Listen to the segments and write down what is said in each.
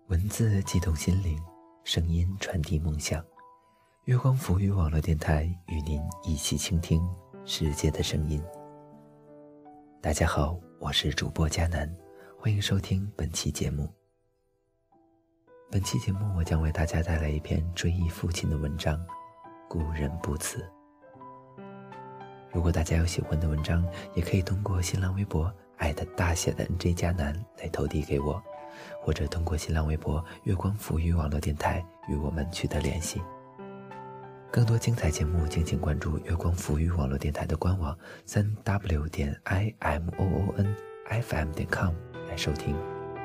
文字激动心灵，声音传递梦想。月光浮语网络电台与您一起倾听世界的声音。大家好，我是主播佳南，欢迎收听本期节目。本期节目我将为大家带来一篇追忆父亲的文章《故人不辞》。如果大家有喜欢的文章，也可以通过新浪微博大写的 NJ 佳南来投递给我，或者通过新浪微博月光浮语网络电台与我们取得联系。更多精彩节目敬请关注月光浮语网络电台的官网 3w.imoonfm.com 来收听。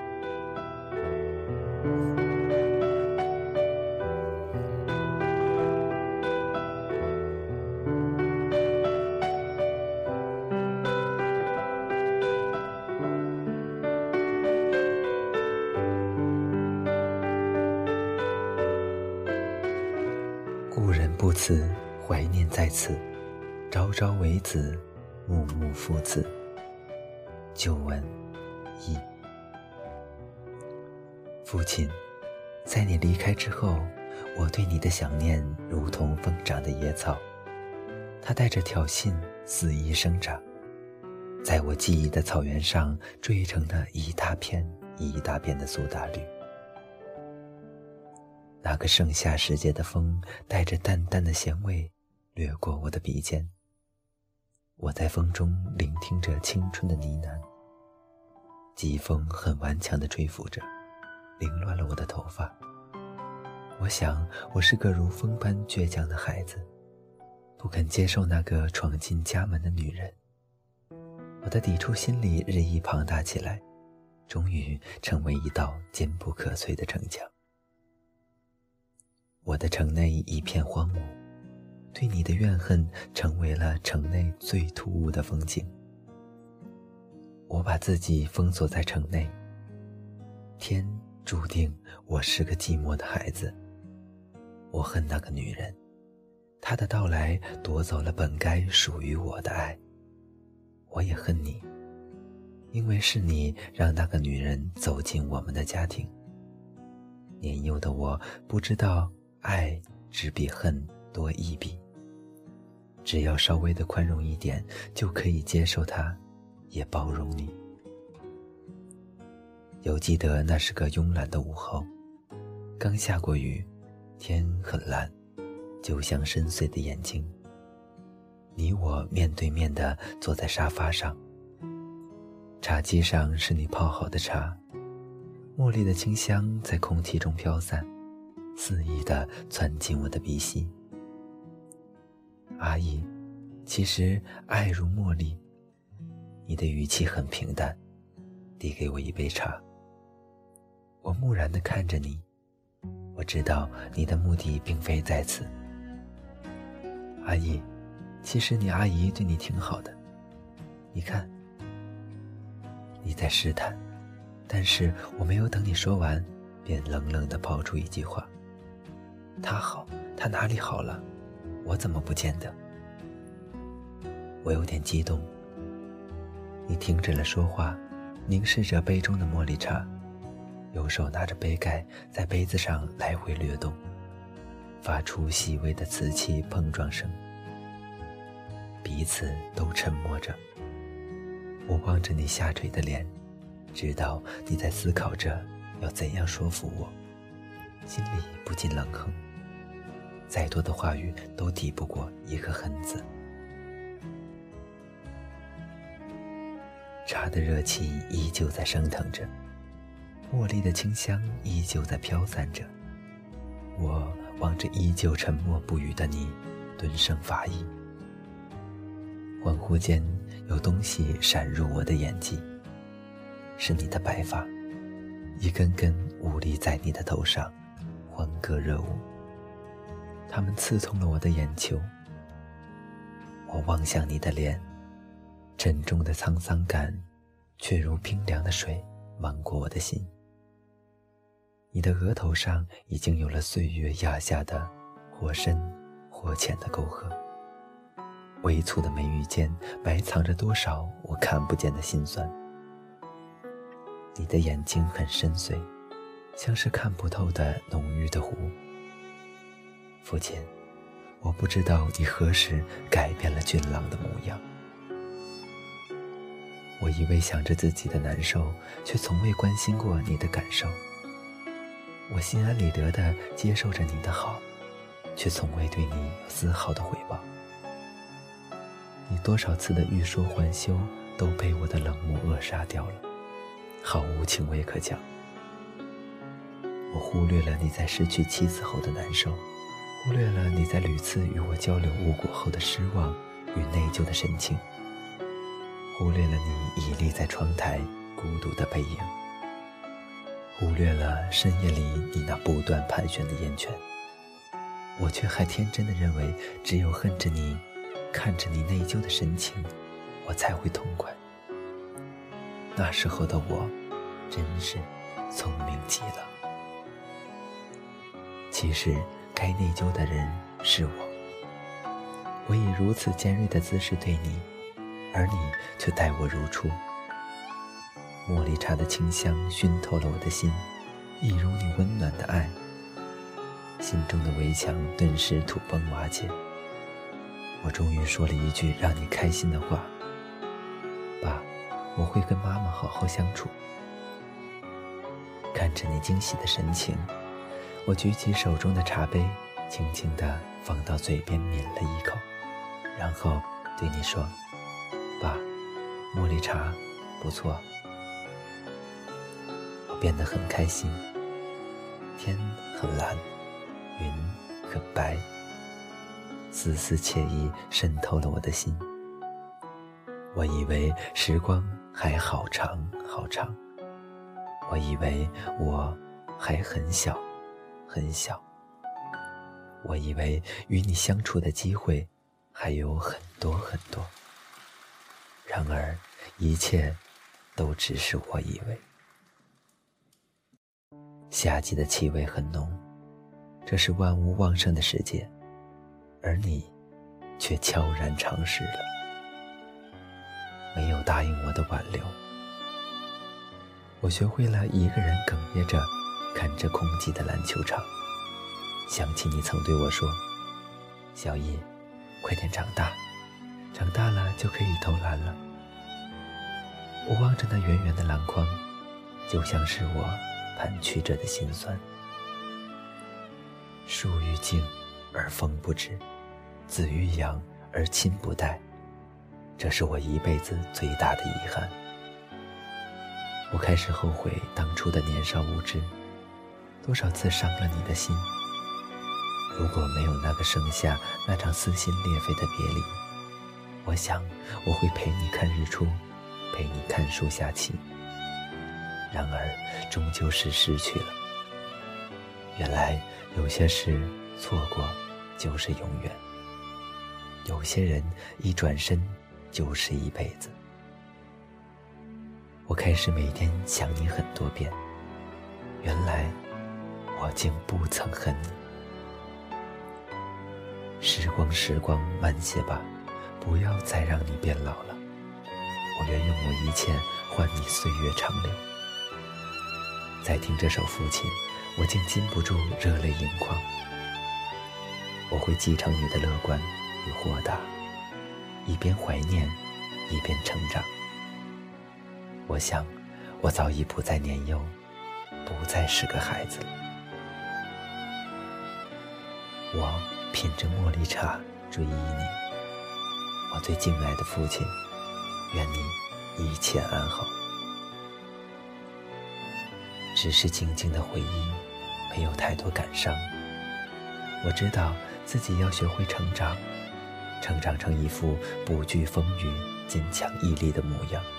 故人不辞，怀念在此，朝朝为子，暮暮父子。旧闻一。父亲，在你离开之后，我对你的想念如同疯长的野草，它带着挑衅肆意生长，在我记忆的草原上缀成了一大片一大片的苏打绿。那个盛夏时节的风带着淡淡的咸味掠过我的鼻尖，我在风中聆听着青春的呢喃，季风很顽强地吹拂着，凌乱了我的头发。我想我是个如风般倔强的孩子，不肯接受那个闯进家门的女人。我的抵触心理日益庞大起来，终于成为一道坚不可摧的城墙。我的城内一片荒芜，对你的怨恨成为了城内最突兀的风景。我把自己封锁在城内，天注定我是个寂寞的孩子。我恨那个女人，她的到来夺走了本该属于我的爱。我也恨你，因为是你让那个女人走进我们的家庭。年幼的我不知道爱只比恨多一笔，只要稍微的宽容一点，就可以接受它，也包容你。犹记得那是个慵懒的午后，刚下过雨，天很蓝，就像深邃的眼睛。你我面对面地坐在沙发上，茶几上是你泡好的茶，茉莉的清香在空气中飘散，肆意地窜进我的鼻息。阿姨，其实爱如茉莉。你的语气很平淡，递给我一杯茶。我木然地看着你，我知道你的目的并非在此。阿姨，其实你阿姨对你挺好的，你看。你在试探，但是我没有等你说完，便冷冷地抛出一句话：他好，他哪里好了？我怎么不见得？我有点激动。你停止了说话，凝视着杯中的茉莉茶，右手拿着杯盖在杯子上来回掠动，发出细微的瓷器碰撞声。彼此都沉默着。我望着你下垂的脸，知道你在思考着要怎样说服我，心里不禁冷哼。再多的话语都抵不过一个恨字。茶的热气依旧在升腾着，茉莉的清香依旧在飘散着。我望着依旧沉默不语的你，顿生发意。恍惚间有东西闪入我的眼际，是你的白发，一根根兀立在你的头上，欢歌热舞。它们刺痛了我的眼球。我望向你的脸，沉重的沧桑感却如冰凉的水漫过我的心。你的额头上已经有了岁月压下的或深或浅的沟壑，微蹙的眉宇间埋藏着多少我看不见的心酸。你的眼睛很深邃， 像是看不透的浓郁的湖。父亲，我不知道你何时改变了俊朗的模样。我一味想着自己的难受，却从未关心过你的感受。我心安理得地接受着你的好，却从未对你有丝毫的回报。你多少次的欲说还休，都被我的冷漠扼杀掉了，毫无情味可讲。我忽略了你在失去妻子后的难受，忽略了你在屡次与我交流无果后的失望与内疚的神情，忽略了你倚立在窗台孤独的背影，忽略了深夜里你那不断盘旋的烟圈。我却还天真的认为，只有恨着你，看着你内疚的神情，我才会痛快。那时候的我真是聪明极了。其实该内疚的人是我以如此尖锐的姿势对你，而你却待我如初。茉莉茶的清香熏透了我的心，一如你温暖的爱，心中的围墙顿时土崩瓦解。我终于说了一句让你开心的话：爸，我会跟妈妈好好相处。看着你惊喜的神情，我举起手中的茶杯，轻轻地放到嘴边抿了一口，然后对你说：爸，茉莉茶不错。我变得很开心，天很蓝，云很白，丝丝惬意渗透了我的心。我以为时光还好长好长，我以为我还很小很小，我以为与你相处的机会还有很多很多。然而一切都只是我以为。夏季的气味很浓，这是万物旺盛的时节，而你却悄然尝试了，没有答应我的挽留。我学会了一个人哽咽着看着空寂的篮球场，想起你曾对我说：小易，快点长大，长大了就可以投篮了。我望着那圆圆的篮筐，就像是我盘曲着的心酸。树欲静而风不止，子欲养而亲不待，这是我一辈子最大的遗憾。我开始后悔当初的年少无知，多少次伤了你的心。如果没有那个盛夏那场撕心裂肺的别离，我想我会陪你看日出，陪你看树下棋。然而终究是失去了。原来有些事错过就是永远，有些人一转身就是一辈子。我开始每天想你很多遍，原来我竟不曾恨你。时光慢些吧，不要再让你变老了。我愿用我一切换你岁月长流。再听这首《父亲》，我竟禁不住热泪盈眶。我会继承你的乐观与豁达，一边怀念，一边成长。我想，我早已不再年幼，不再是个孩子了。我品着茉莉茶追忆你，我最敬爱的父亲，愿你一切安好。只是静静的回忆，没有太多感伤。我知道自己要学会成长，成长成一副不惧风雨、坚强毅力的模样。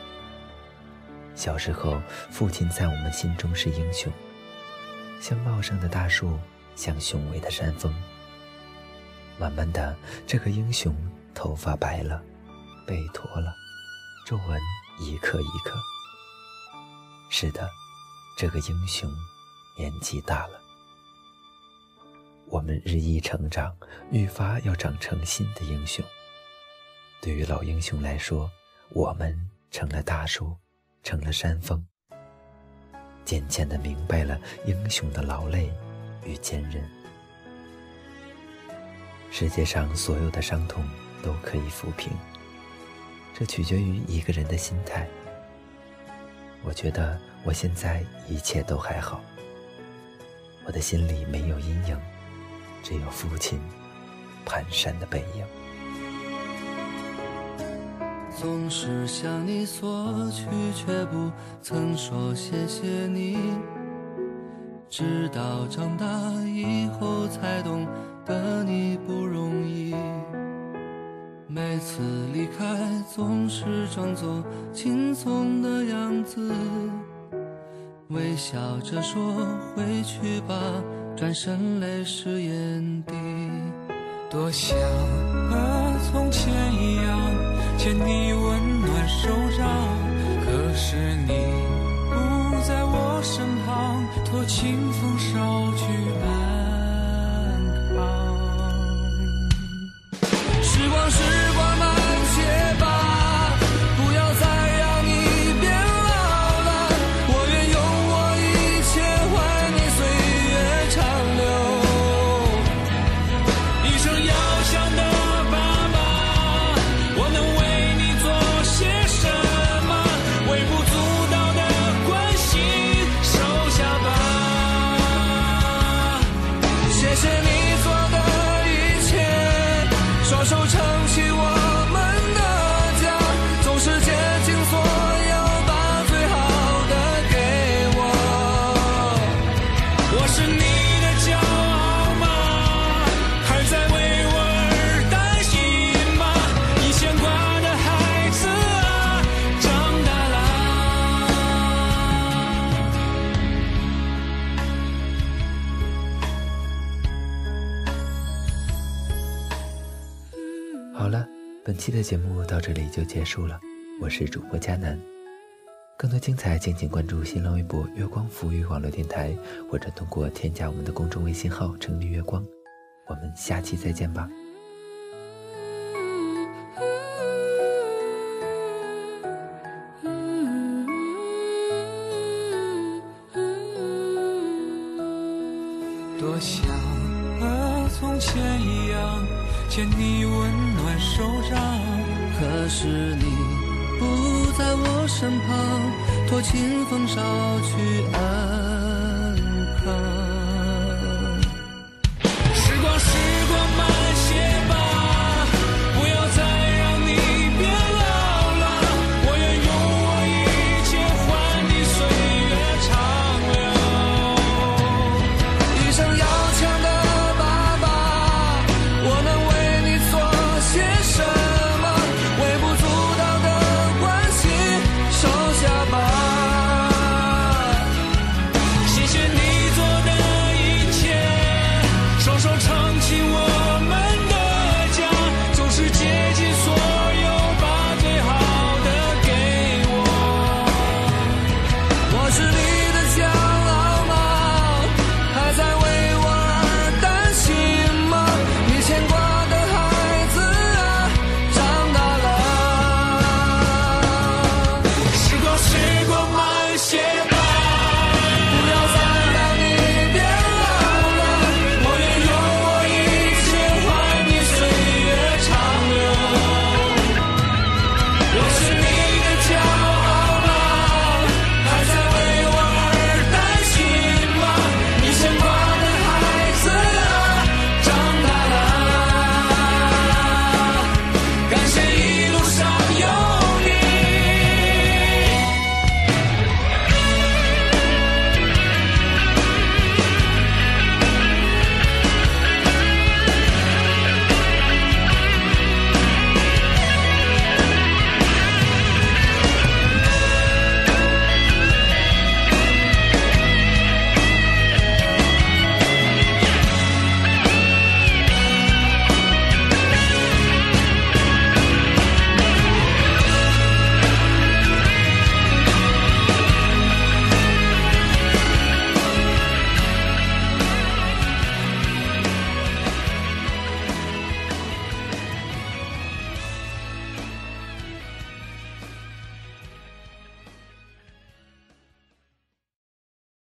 小时候，父亲在我们心中是英雄，像茂盛的大树，像雄伟的山峰。慢慢的，这个英雄头发白了，背驼了，皱纹一颗一颗。是的，这个英雄年纪大了。我们日益成长，愈发要长成新的英雄。对于老英雄来说，我们成了大树，成了山峰。渐渐渐地明白了英雄的劳累与坚韧。世界上所有的伤痛都可以抚平，这取决于一个人的心态。我觉得我现在一切都还好，我的心里没有阴影，只有父亲蹒跚的背影。 总是向你索取，却不曾说谢谢你，直到长大以后才懂得你不容易。每次离开总是装作轻松的样子，微笑着说回去吧，转身泪湿眼底。 多想和从前一样牵你温暖手掌，可是你不在我身旁，托清风捎去安康。 时光慢些吧，不要再让你变老了，我愿用我一切换你岁月长流。 一生要想的爸爸，我能为你做些什么？微不足道的关心收下吧。 谢谢你做的一切，双手撑起我们的家，总是竭尽所有把最好的给我。 我是你的骄傲吗？还在为我而担心吗？你牵挂的孩子啊，长大啦。 好了，本期的节目到这里就结束了，我是主播佳楠。更多精彩敬请关注新浪微博月光浮语网络电台，或者通过添加我们的公众微信号城里月光。我们下期再见吧。 多想和从前一样牵你温暖手掌， 可是你不在我身旁，托清风捎去安